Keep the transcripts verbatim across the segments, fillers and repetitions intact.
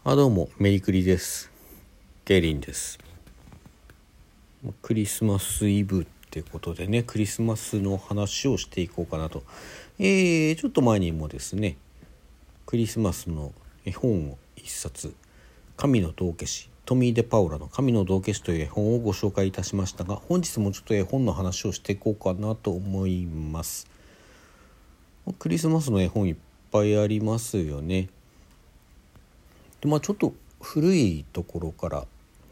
あ、どうもメリクリです。ゲイリンです。クリスマスイブってことでね、クリスマスの話をしていこうかなと。えー、ちょっと前にもですね、クリスマスの絵本を一冊、神の道化師トミー・デ・パウラの神の道化師という絵本をご紹介いたしましたが、本日もちょっと絵本の話をしていこうかなと思います。クリスマスの絵本いっぱいありますよね。で、まあちょっと古いところから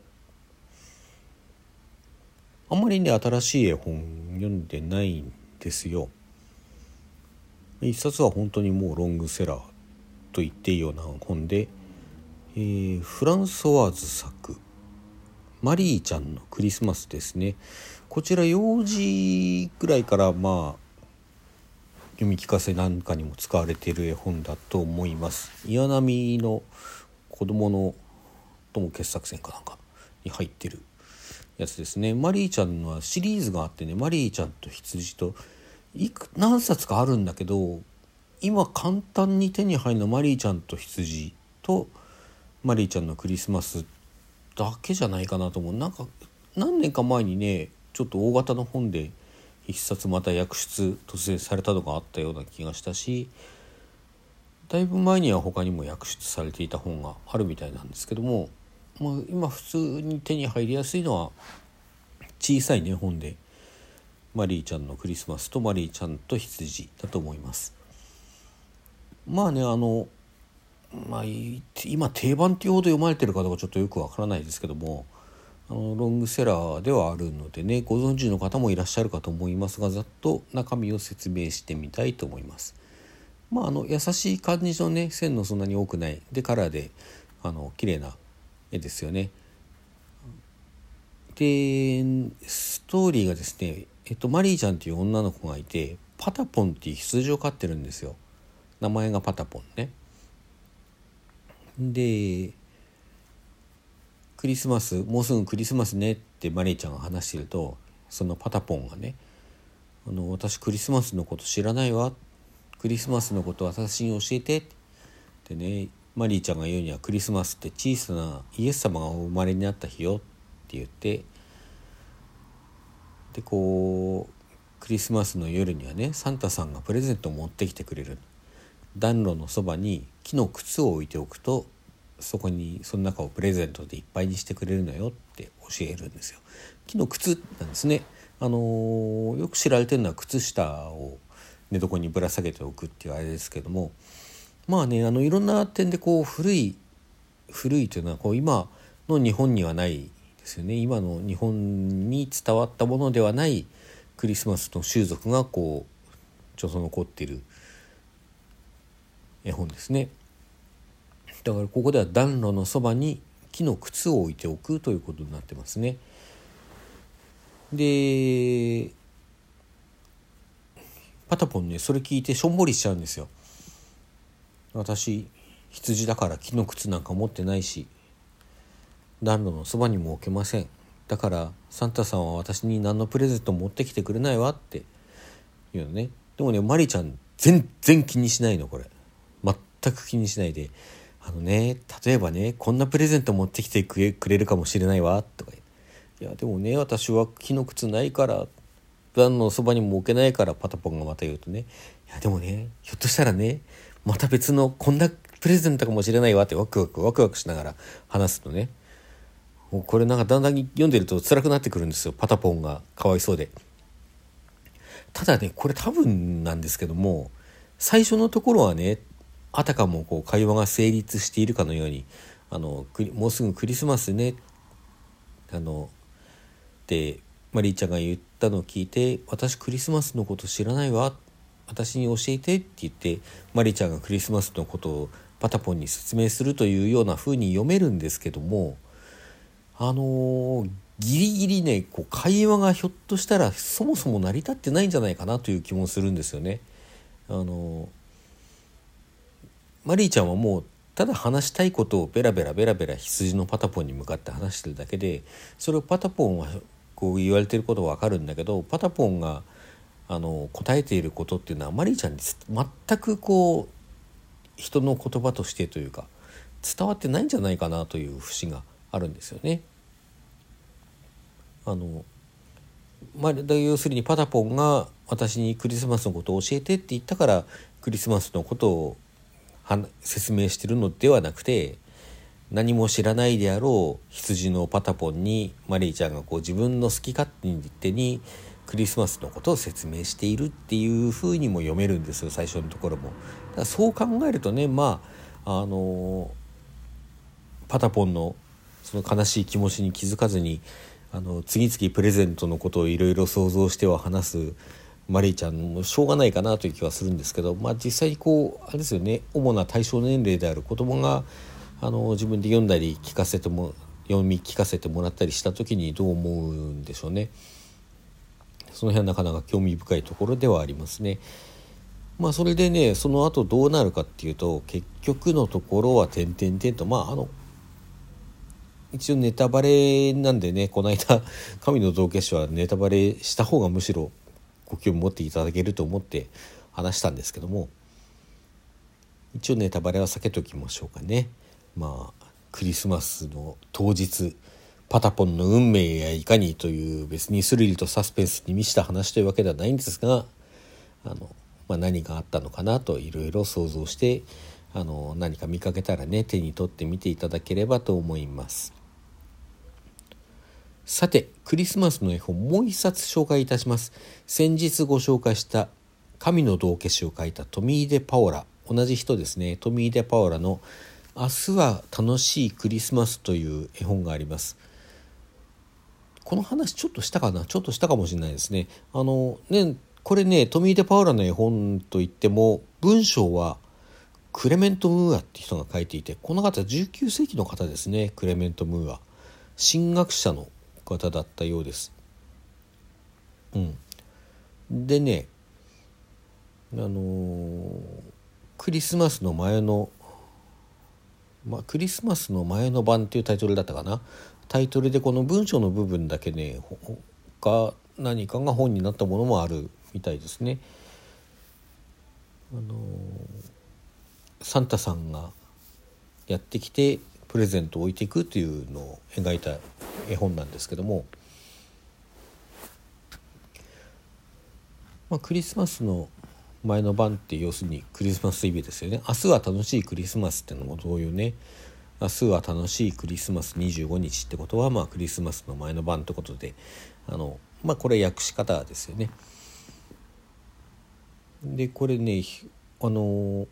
あんまりね新しい絵本読んでないんですよ。一冊は本当にもうロングセラーと言っていいような本で、えー、フランソワーズ作マリーちゃんのクリスマスですね。こちら幼児ぐらいからまあ読み聞かせなんかにも使われている絵本だと思います。岩波の子供の友傑作選かなんかに入ってるやつですね。マリーちゃんのはシリーズがあってね、マリーちゃんと羊といく何冊かあるんだけど、今簡単に手に入るのはマリーちゃんと羊とマリーちゃんのクリスマスだけじゃないかなと思う。なんか何年か前にねちょっと大型の本で一冊また訳出突然されたのがあったような気がしたし、だいぶ前には他にも訳出されていた本があるみたいなんですけども、まあ、今普通に手に入りやすいのは小さいね本でマリーちゃんのクリスマスとマリーちゃんと羊だと思います。まあねあの、まあ、今定番っていうほど読まれてるかどうかちょっとよくわからないですけども、あのロングセラーではあるのでね、ご存知の方もいらっしゃるかと思いますが、ざっと中身を説明してみたいと思います。まああの優しい感じのね、線のそんなに多くないでカラーであの綺麗な絵ですよね。でストーリーがですね、えっと、マリーちゃんっていう女の子がいて、パタポンっていう羊を飼ってるんですよ。名前がパタポンね。でクリスマスもうすぐクリスマスねってマリーちゃんが話してると、そのパタポンがね、あの私クリスマスのこと知らないわ、クリスマスのこと私に教えてってね、マリーちゃんが言うには、クリスマスって小さなイエス様がお生まれになった日よって言って、でこうクリスマスの夜にはね、サンタさんがプレゼントを持ってきてくれる。暖炉のそばに木の靴を置いておくと、そこにその中をプレゼントでいっぱいにしてくれるのよって教えるんですよ。木の靴なんですね。あのー、よく知られてるのは靴下を寝床にぶら下げておくっていうあれですけども、まあねあのいろんな点でこう古い古いというのはこう今の日本にはないですよね。今の日本に伝わったものではないクリスマスの習俗がこうちょっと残っている絵本ですね。だからここでは暖炉のそばに木の靴を置いておくということになってますね。でパタポンねそれ聞いてしょんぼりしちゃうんですよ。私羊だから木の靴なんか持ってないし、暖炉のそばにも置けません。だからサンタさんは私に何のプレゼント持ってきてくれないわって言うのね。でもねマリちゃん全然気にしないの。これ全く気にしないで、あのね例えばねこんなプレゼント持ってきてくれ、くれるかもしれないわとか、いやでもね私は木の靴ないから暖炉のそばにも置けないから、パタポンがまた言うとね、いやでもねひょっとしたらねまた別のこんなプレゼントかもしれないわってワクワクワクワクしながら話すとね、もうこれなんかだんだん読んでると辛くなってくるんですよ。パタポンがかわいそうで。ただねこれ多分なんですけども、最初のところはねあたかもこう会話が成立しているかのように、あのもうすぐクリスマスねあのでマリーちゃんが言ったのを聞いて、私クリスマスのこと知らないわ、私に教えてって言ってマリーちゃんがクリスマスのことをパタポンに説明するというような風に読めるんですけども、あのー、ギリギリねこう会話がひょっとしたらそもそも成り立ってないんじゃないかなという気もするんですよね。あのー、マリーちゃんはもうただ話したいことをベラベラベラベラ羊のパタポンに向かって話してるだけで、それをパタポンはこう言われてることは分かるんだけど、パタポンがあの答えていることっていうのはマリーちゃんに全くこう人の言葉としてというか伝わってないんじゃないかなという節があるんですよね。あのまあ、要するにパタポンが私にクリスマスのことを教えてって言ったからクリスマスのことを説明してるのではなくて、何も知らないであろう羊のパタポンにマリーちゃんがこう自分の好き勝手にクリスマスのことを説明しているっていう風にも読めるんですよ、最初のところも。だからそう考えるとね、まああのパタポンのその悲しい気持ちに気づかずにあの次々プレゼントのことをいろいろ想像しては話すマリーちゃんもしょうがないかなという気はするんですけど、まあ、実際にこうあれですよね、主な対象年齢である子どもがあの自分で読んだり聞かせても読み聞かせてもらったりした時にどう思うんでしょうね。その辺はなかなか興味深いところではありますね。まあそれでね、その後どうなるかっていうと、結局のところは点々点と、まああの一応ネタバレなんでね、この間神の道化師はネタバレした方がむしろご興味持っていただけると思って話したんですけども、一応ネタバレは避けときましょうかね。まあクリスマスの当日パタポンの運命やいかにという別にスリルとサスペンスに満ちた話というわけではないんですが、あの、まあ、何があったのかなといろいろ想像してあの何か見かけたらね手に取ってみていただければと思います。さてクリスマスの絵本もう一冊紹介いたします。先日ご紹介した神の道化師を書いたトミー・デ・パオラ、同じ人ですね。トミー・デ・パオラの明日は楽しいクリスマスという絵本があります。この話ちょっとしたかなちょっとしたかもしれないですね。あのねこれね、トミー・デ・パオラの絵本といっても文章はクレメント・ムーアって人が書いていて、この方じゅうきゅう世紀の方ですね。クレメント・ムーア、神学者の方だったようです。うん、でね、あのー、クリスマスの前の、まあ、クリスマスの前の晩っていうタイトルだったかな。タイトルでこの文章の部分だけね、他何かが本になったものもあるみたいですね。あのー、サンタさんがやってきてプレゼントを置いていくというのを描いた絵本なんですけども、まあ、クリスマスの前の晩って要するにクリスマスイブですよね。明日は楽しいクリスマスってのも同様ね。明日は楽しいクリスマスにじゅうごにちってことは、まあクリスマスの前の晩ってことで、あのまあこれ訳し方ですよね。でこれね、あの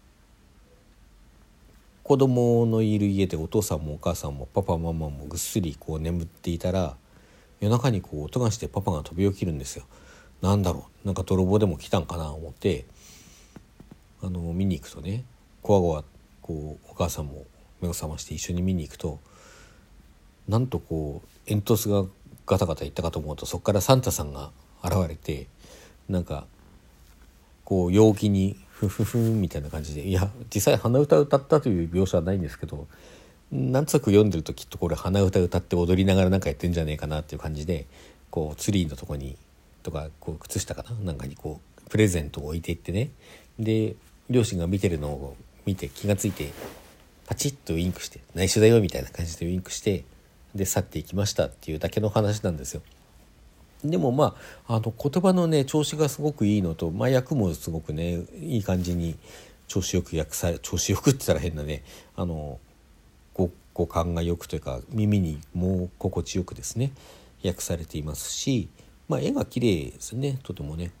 子供のいる家でお父さんもお母さんもパパママもぐっすりこう眠っていたら、夜中にこう音がしてパパが飛び起きるんですよ。なんだろう、なんか泥棒でも来たんかなと思ってあの見に行くとね、こわごわこうお母さんも目を覚まして一緒に見に行くと、なんとこう煙突がガタガタいったかと思うと、そこからサンタさんが現れて、なんかこう陽気にフフフみたいな感じで、いや実際鼻歌歌ったという描写はないんですけど、何作読んでるときっとこれ鼻歌歌って踊りながらなんかやってんじゃねえかなっていう感じで、こうツリーのとこにとかこう靴下かななんかにこうプレゼントを置いていってね、で両親が見てるのを見て気がついてパチッとウインクして内緒だよみたいな感じでウインクしてで去っていきましたっていうだけの話なんですよ。でもまああの言葉のね調子がすごくいいのと、まあ、訳もすごくねいい感じに調子よく訳され、調子よくって言ったら変なね、あのご五感がよくというか耳にもう心地よくですね訳されていますし、まあ、絵が綺麗ですね、とてもね。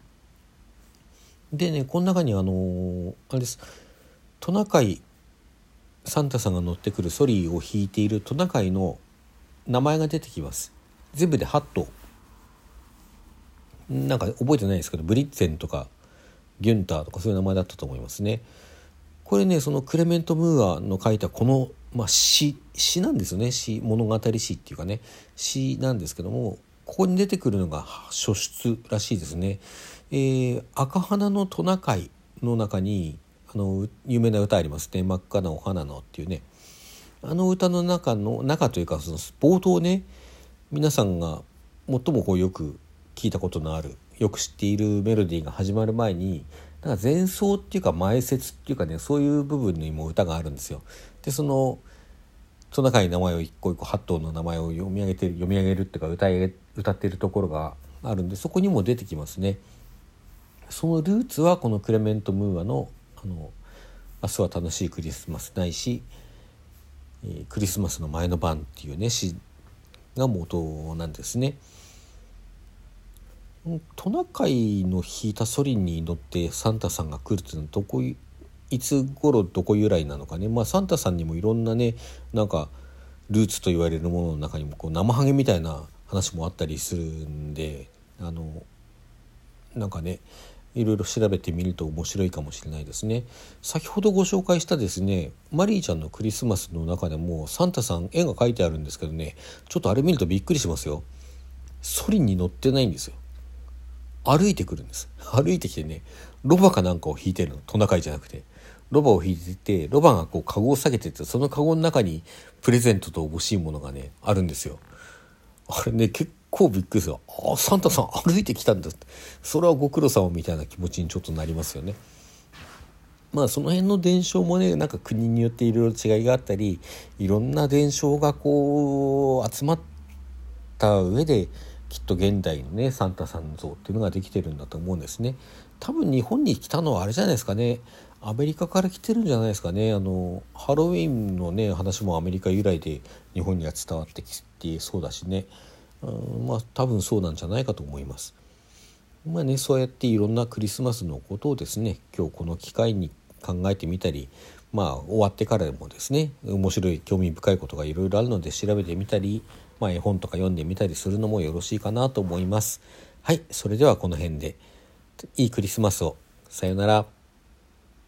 でね、この中にあのあれです、トナカイ、サンタさんが乗ってくるソリを引いているトナカイの名前が出てきます。全部ではち頭、なんか覚えてないですけどブリッツェンとかギュンターとかそういう名前だったと思いますね。これね、そのクレメント・ムーアの書いたこの、まあ、詩詩なんですよね。詩、物語詩っていうかね詩なんですけども、ここに出てくるのが初出らしいですね。えー、赤花のトナカイの中にあの有名な歌ありますね。真っ赤なお花のっていうね、あの歌の中の中というかその冒頭ね、皆さんが最もこうよく聞いたことのある、よく知っているメロディーが始まる前にだから前奏っていうか前説っていうかね、そういう部分にも歌があるんですよ。でそのトナカイの名前を一個一個はっ頭の名前を読み上げて読み上げるっていうか歌い歌ってるところがあるんで、そこにも出てきますね。そのルーツはこのクレメント・ムーアのあの明日は楽しいクリスマスないし、えー、クリスマスの前の晩っていうね詩が元なんですね。トナカイの引いたソリに乗ってサンタさんが来るっていうのはどこいつ頃どこ由来なのかね。まあサンタさんにもいろんなねなんかルーツと言われるものの中にもこう生ハゲみたいな話もあったりするんで、あのなんかねいろいろ調べてみると面白いかもしれないですね。先ほどご紹介したですねマリーちゃんのクリスマスの中でもサンタさん絵が描いてあるんですけどね、ちょっとあれ見るとびっくりしますよ。ソリに乗ってないんですよ。歩いてくるんです。歩いてきてねロバかなんかを引いてるの。トナカイじゃなくてロバを引いてて、ロバがこうカゴを下げてて、そのカゴの中にプレゼントと欲しいものがねあるんですよ。あれね結構びっくりですよ。あ、サンタさん歩いてきたんだって、それはご苦労様みたいな気持ちにちょっとなりますよね。まあその辺の伝承もねなんか国によっていろいろ違いがあったり、いろんな伝承がこう集まった上できっと現代のねサンタさん像っていうのができてるんだと思うんですね。多分日本に来たのはあれじゃないですかね、アメリカから来てるんじゃないですかね。あのハロウィンのね話もアメリカ由来で日本には伝わってきてそうだしね、うん、まあ多分そうなんじゃないかと思います。まあね、そうやっていろんなクリスマスのことをですね今日この機会に考えてみたり、まあ終わってからでもですね面白い興味深いことがいろいろあるので調べてみたり、まあ、絵本とか読んでみたりするのもよろしいかなと思います。はい、それではこの辺でいいクリスマスを。さよなら。